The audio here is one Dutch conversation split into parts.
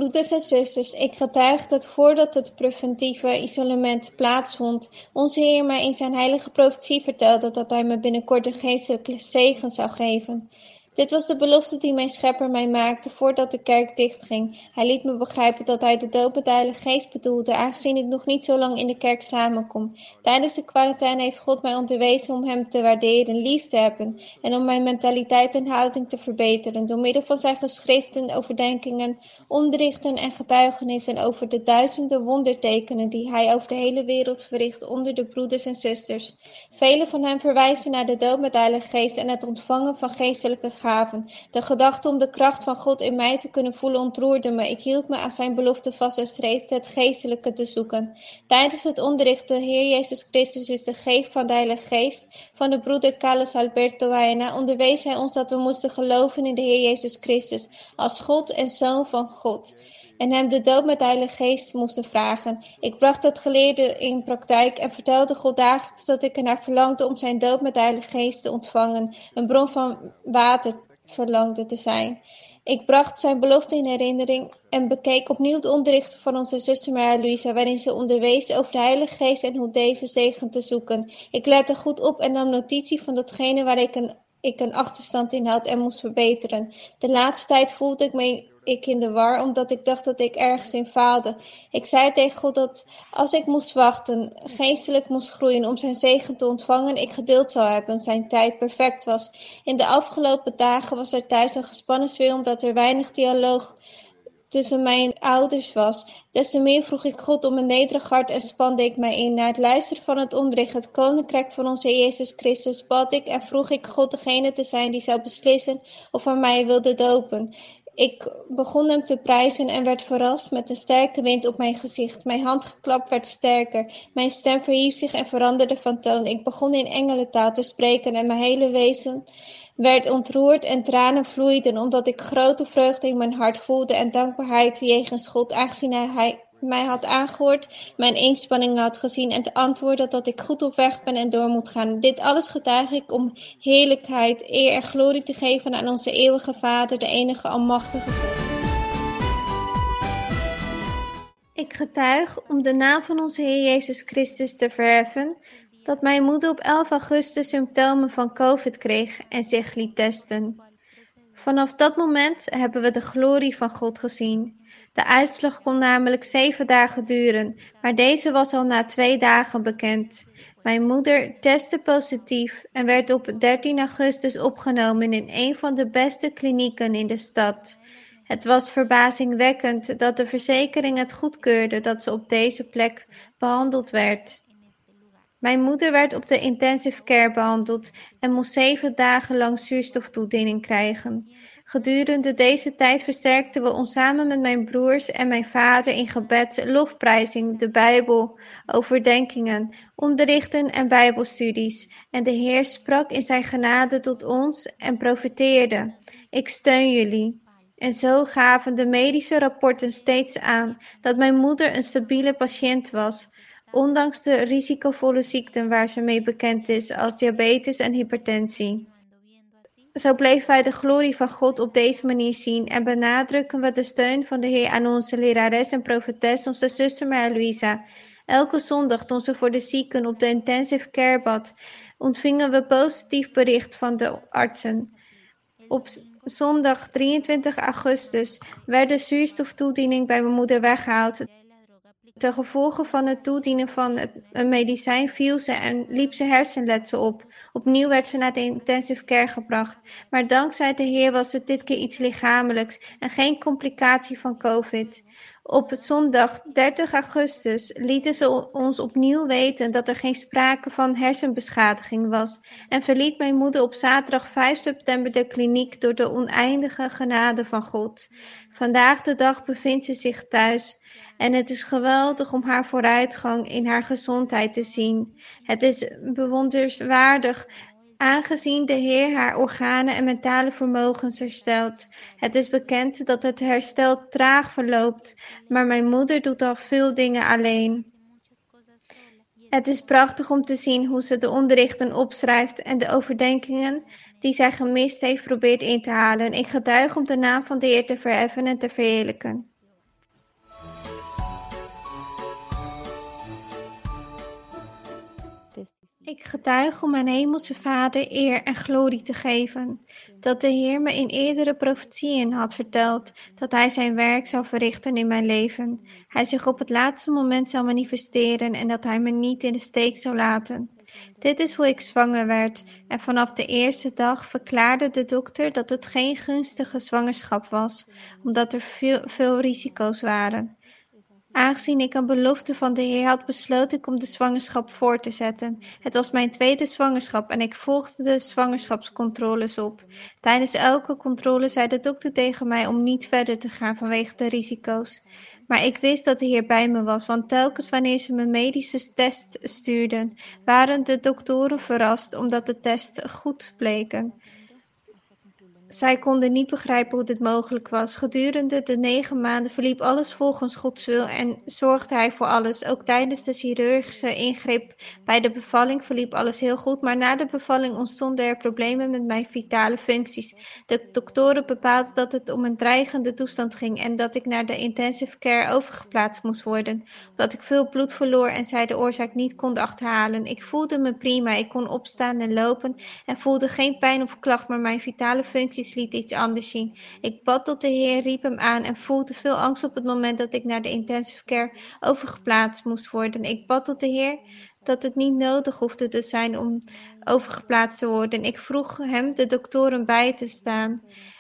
Broeders en zusters, ik getuig dat voordat het preventieve isolement plaatsvond, onze Heer mij in zijn heilige profetie vertelde dat hij me binnenkort een geestelijke zegen zou geven. Dit was de belofte die mijn schepper mij maakte voordat de kerk dichtging. Hij liet me begrijpen dat hij de doop met de Heilige Geest bedoelde, aangezien ik nog niet zo lang in de kerk samenkom. Tijdens de quarantaine heeft God mij onderwezen om hem te waarderen, lief te hebben en om mijn mentaliteit en houding te verbeteren door middel van zijn geschriften, overdenkingen, onderrichten en getuigenissen over de duizenden wondertekenen die hij over de hele wereld verricht onder de broeders en zusters. Velen van hen verwijzen naar de doop met de Heilige Geest en het ontvangen van geestelijke gaven. De gedachte om de kracht van God in mij te kunnen voelen ontroerde me. Ik hield me aan zijn belofte vast en streefde het geestelijke te zoeken. Tijdens het onderricht de Heer Jezus Christus is de geest van de Heilige Geest van de broeder Carlos Alberto Baena onderwees hij ons dat we moesten geloven in de Heer Jezus Christus als God en Zoon van God en hem de doop met de Heilige Geest moesten vragen. Ik bracht dat geleerde in praktijk en vertelde God dagelijks dat ik ernaar verlangde om zijn doop met de Heilige Geest te ontvangen, een bron van water verlangde te zijn. Ik bracht zijn belofte in herinnering en bekeek opnieuw de onderrichten van onze zuster Maria Luisa, waarin ze onderwees over de Heilige Geest en hoe deze zegen te zoeken. Ik lette goed op en nam notitie van datgene waar ik een achterstand in had en moest verbeteren. De laatste tijd voelde ik in de war, omdat ik dacht dat ik ergens in faalde. Ik zei tegen God dat als ik moest wachten, geestelijk moest groeien om zijn zegen te ontvangen, ik geduld zou hebben, zijn tijd perfect was. In de afgelopen dagen was er thuis een gespannen sfeer, omdat er weinig dialoog tussen mijn ouders was. Des te meer vroeg ik God om een nederig hart en spande ik mij in. Na het luisteren van het onderricht, het koninkrijk van onze Heer Jezus Christus, bad ik en vroeg ik God degene te zijn die zou beslissen of hij mij wilde dopen. Ik begon hem te prijzen en werd verrast met een sterke wind op mijn gezicht. Mijn handgeklap werd sterker. Mijn stem verhief zich en veranderde van toon. Ik begon in engelentaal te spreken en mijn hele wezen werd ontroerd en tranen vloeiden, omdat ik grote vreugde in mijn hart voelde en dankbaarheid jegens God, aangezien hij mij had aangehoord, mijn inspanningen had gezien en te antwoorden dat ik goed op weg ben en door moet gaan. Dit alles getuig ik om heerlijkheid, eer en glorie te geven aan onze eeuwige Vader, de enige almachtige God. Ik getuig om de naam van onze Heer Jezus Christus te verheffen, dat mijn moeder op 11 augustus symptomen van COVID kreeg en zich liet testen. Vanaf dat moment hebben we de glorie van God gezien. De uitslag kon namelijk 7 dagen duren, maar deze was al na 2 dagen bekend. Mijn moeder testte positief en werd op 13 augustus opgenomen in een van de beste klinieken in de stad. Het was verbazingwekkend dat de verzekering het goedkeurde dat ze op deze plek behandeld werd. Mijn moeder werd op de intensive care behandeld en moest 7 dagen lang zuurstoftoediening krijgen. Gedurende deze tijd versterkten we ons samen met mijn broers en mijn vader in gebed, lofprijzing, de Bijbel, overdenkingen, onderrichten en Bijbelstudies. En de Heer sprak in zijn genade tot ons en profeteerde: Ik steun jullie. En zo gaven de medische rapporten steeds aan dat mijn moeder een stabiele patiënt was, ondanks de risicovolle ziekten waar ze mee bekend is als diabetes en hypertensie. Zo bleven wij de glorie van God op deze manier zien en benadrukken we de steun van de Heer aan onze lerares en profetes, onze zuster Maria Luisa. Elke zondag toen ze voor de zieken op de intensive care bad, ontvingen we positief bericht van de artsen. Op zondag 23 augustus werd de zuurstoftoediening bij mijn moeder weggehaald. Ten gevolge van het toedienen van een medicijn viel ze en liep ze hersenletsel op. Opnieuw werd ze naar de intensive care gebracht. Maar dankzij de Heer was het dit keer iets lichamelijks en geen complicatie van COVID. Op zondag 30 augustus lieten ze ons opnieuw weten dat er geen sprake van hersenbeschadiging was en verliet mijn moeder op zaterdag 5 september de kliniek door de oneindige genade van God. Vandaag de dag bevindt ze zich thuis en het is geweldig om haar vooruitgang in haar gezondheid te zien. Het is bewonderenswaardig aangezien de Heer haar organen en mentale vermogens herstelt. Het is bekend dat het herstel traag verloopt, maar mijn moeder doet al veel dingen alleen. Het is prachtig om te zien hoe ze de onderrichten opschrijft en de overdenkingen die zij gemist heeft probeert in te halen. Ik getuig om de naam van de Heer te verheffen en te verheerlijken. Ik getuig om mijn hemelse Vader eer en glorie te geven, dat de Heer me in eerdere profetieën had verteld dat Hij zijn werk zou verrichten in mijn leven, Hij zich op het laatste moment zou manifesteren en dat Hij me niet in de steek zou laten. Dit is hoe ik zwanger werd en vanaf de eerste dag verklaarde de dokter dat het geen gunstige zwangerschap was, omdat er veel risico's waren. Aangezien ik een belofte van de Heer had, besloot ik om de zwangerschap voort te zetten. Het was mijn tweede zwangerschap en ik volgde de zwangerschapscontroles op. Tijdens elke controle zei de dokter tegen mij om niet verder te gaan vanwege de risico's. Maar ik wist dat de Heer bij me was, want telkens wanneer ze me medische test stuurden, waren de doktoren verrast omdat de tests goed bleken. Zij konden niet begrijpen hoe dit mogelijk was. Gedurende de 9 maanden verliep alles volgens Gods wil en zorgde Hij voor alles. Ook tijdens de chirurgische ingreep bij de bevalling verliep alles heel goed, maar na de bevalling ontstonden er problemen met mijn vitale functies. De doktoren bepaalden dat het om een dreigende toestand ging en dat ik naar de intensive care overgeplaatst moest worden, omdat ik veel bloed verloor en zij de oorzaak niet konden achterhalen. Ik voelde me prima, ik kon opstaan en lopen en voelde geen pijn of klacht, maar mijn vitale functies lieten iets anders zien. Ik bad tot de Heer, riep hem aan en voelde veel angst op het moment dat ik naar de intensive care overgeplaatst moest worden. Ik bad tot de Heer dat het niet nodig hoefde te zijn om overgeplaatst te worden. Ik vroeg hem de doktoren bij te staan.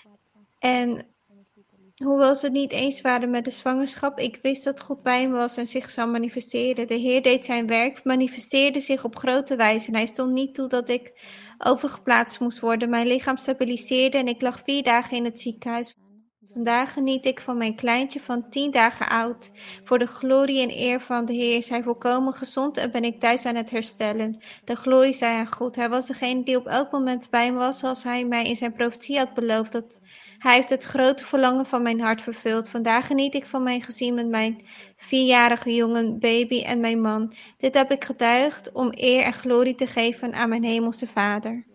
En hoewel ze het niet eens waren met de zwangerschap, ik wist dat God bij me was en zich zou manifesteren. De Heer deed zijn werk, manifesteerde zich op grote wijze en hij stond niet toe dat ik overgeplaatst moest worden. Mijn lichaam stabiliseerde en ik lag 4 dagen in het ziekenhuis. Vandaag geniet ik van mijn kleintje van 10 dagen oud. Voor de glorie en eer van de Heer is hij volkomen gezond en ben ik thuis aan het herstellen. De glorie zij aan God. Hij was degene die op elk moment bij me was, zoals hij mij in zijn profetie had beloofd. Dat hij heeft het grote verlangen van mijn hart vervuld. Vandaag geniet ik van mijn gezin met mijn 4-jarige jongen, baby en mijn man. Dit heb ik getuigd om eer en glorie te geven aan mijn hemelse Vader.